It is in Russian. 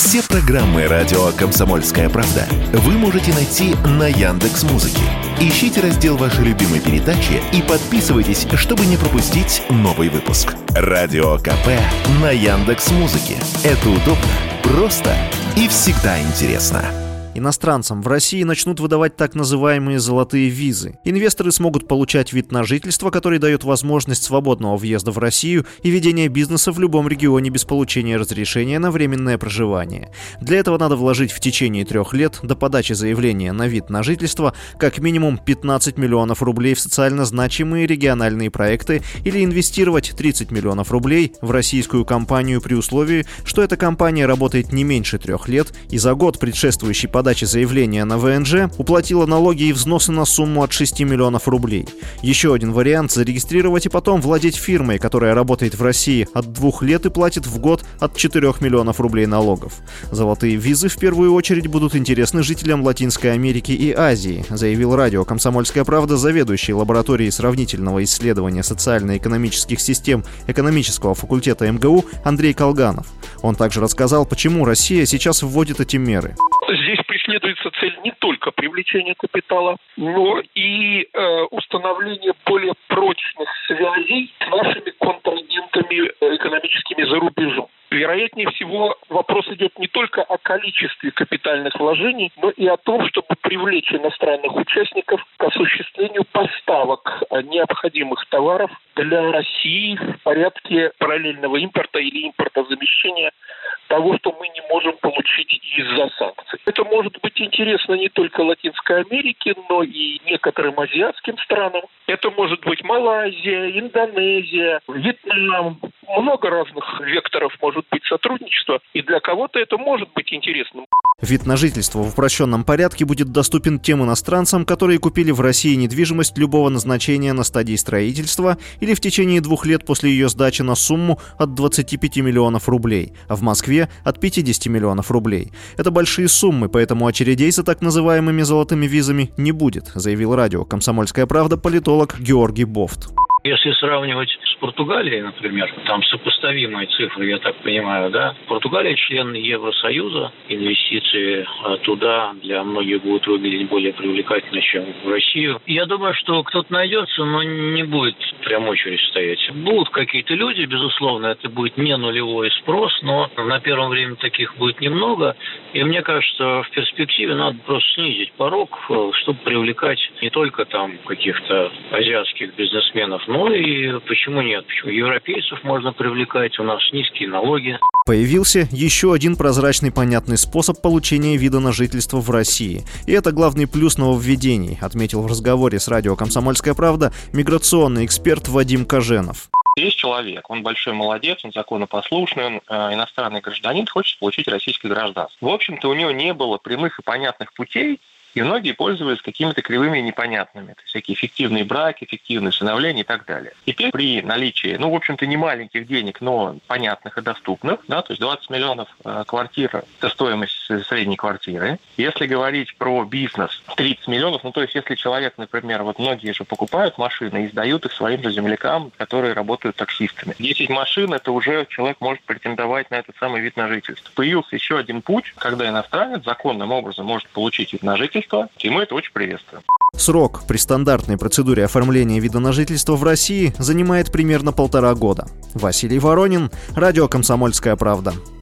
Все программы радио «Комсомольская правда» вы можете найти на Яндекс.Музыке. Ищите раздел вашей любимой передачи и подписывайтесь, чтобы не пропустить новый выпуск. Радио КП на Яндекс.Музыке. Это удобно, просто и всегда интересно. Иностранцам в России начнут выдавать так называемые «золотые визы». Инвесторы смогут получать вид на жительство, который дает возможность свободного въезда в Россию и ведения бизнеса в любом регионе без получения разрешения на временное проживание. Для этого надо вложить в течение 3 лет до подачи заявления на вид на жительство как минимум 15 миллионов рублей в социально значимые региональные проекты или инвестировать 30 миллионов рублей в российскую компанию при условии, что эта компания работает не меньше 3 лет и за год, предшествующий подачи заявления на ВНЖ, уплатила налоги и взносы на сумму от 6 миллионов рублей. Еще один вариант – зарегистрировать и потом владеть фирмой, которая работает в России от 2 лет и платит в год от 4 миллионов рублей налогов. Золотые визы в первую очередь будут интересны жителям Латинской Америки и Азии, заявил радио «Комсомольская правда» заведующий лабораторией сравнительного исследования социально-экономических систем экономического факультета МГУ Андрей Колганов. Он также рассказал, почему Россия сейчас вводит эти меры. Здесь преследуется цель не только привлечения капитала, но и установление более прочных связей с нашими контрагентами экономическими за рубежом. Вероятнее всего, вопрос идет не только о количестве капитальных вложений, но и о том, чтобы привлечь иностранных участников к осуществлению поставок необходимых товаров для России в порядке параллельного импорта или импортозамещения того, что мы не можем получить из-за санкций. Это может быть интересно не только Латинской Америке, но и некоторым азиатским странам. Это может быть Малайзия, Индонезия, Вьетнам. Много разных векторов может быть сотрудничества, и для кого-то это может быть интересным. Вид на жительство в упрощенном порядке будет доступен тем иностранцам, которые купили в России недвижимость любого назначения на стадии строительства или в течение 2 лет после ее сдачи на сумму от 25 миллионов рублей, а в Москве от 50 миллионов рублей. Это большие суммы, поэтому очередей за так называемыми золотыми визами не будет, заявил радио «Комсомольская правда» политолог Георгий Бофт. Если сравнивать с Португалией, например, там сопоставимые цифры, я так понимаю, да? Португалия член Евросоюза, инвестиции туда для многих будут выглядеть более привлекательно, чем в Россию. Я думаю, что кто-то найдется, но не будет прям очередь стоять. Будут какие-то люди, безусловно, это будет не нулевой спрос, но на первом времени таких будет немного. И мне кажется, в перспективе надо просто снизить порог, чтобы привлекать не только там каких-то азиатских бизнесменов, ну и почему нет? Почему европейцев можно привлекать? У нас низкие налоги. Появился еще один прозрачный понятный способ получения вида на жительство в России. И это главный плюс нововведений, отметил в разговоре с радио «Комсомольская правда» миграционный эксперт Вадим Коженов. Есть человек, он большой молодец, он законопослушный, он иностранный гражданин, хочет получить российское гражданство. В общем-то, у него не было прямых и понятных путей, и многие пользовались какими-то кривыми и непонятными. То есть всякие фиктивные браки, фиктивные усыновления и так далее. Теперь при наличии, в общем-то, не маленьких денег, но понятных и доступных, да, то есть 20 миллионов квартир – это стоимость средней квартиры. Если говорить про бизнес, 30 миллионов, то есть если человек, например, многие же покупают машины и сдают их своим же землякам, которые работают таксистами. 10 машин – это уже человек может претендовать на этот самый вид на жительство. Появился еще один путь, когда иностранец законным образом может получить вид на жительство, и мы это очень приветствуем. Срок при стандартной процедуре оформления вида на жительство в России занимает примерно 1,5 года. Василий Воронин, радио «Комсомольская правда».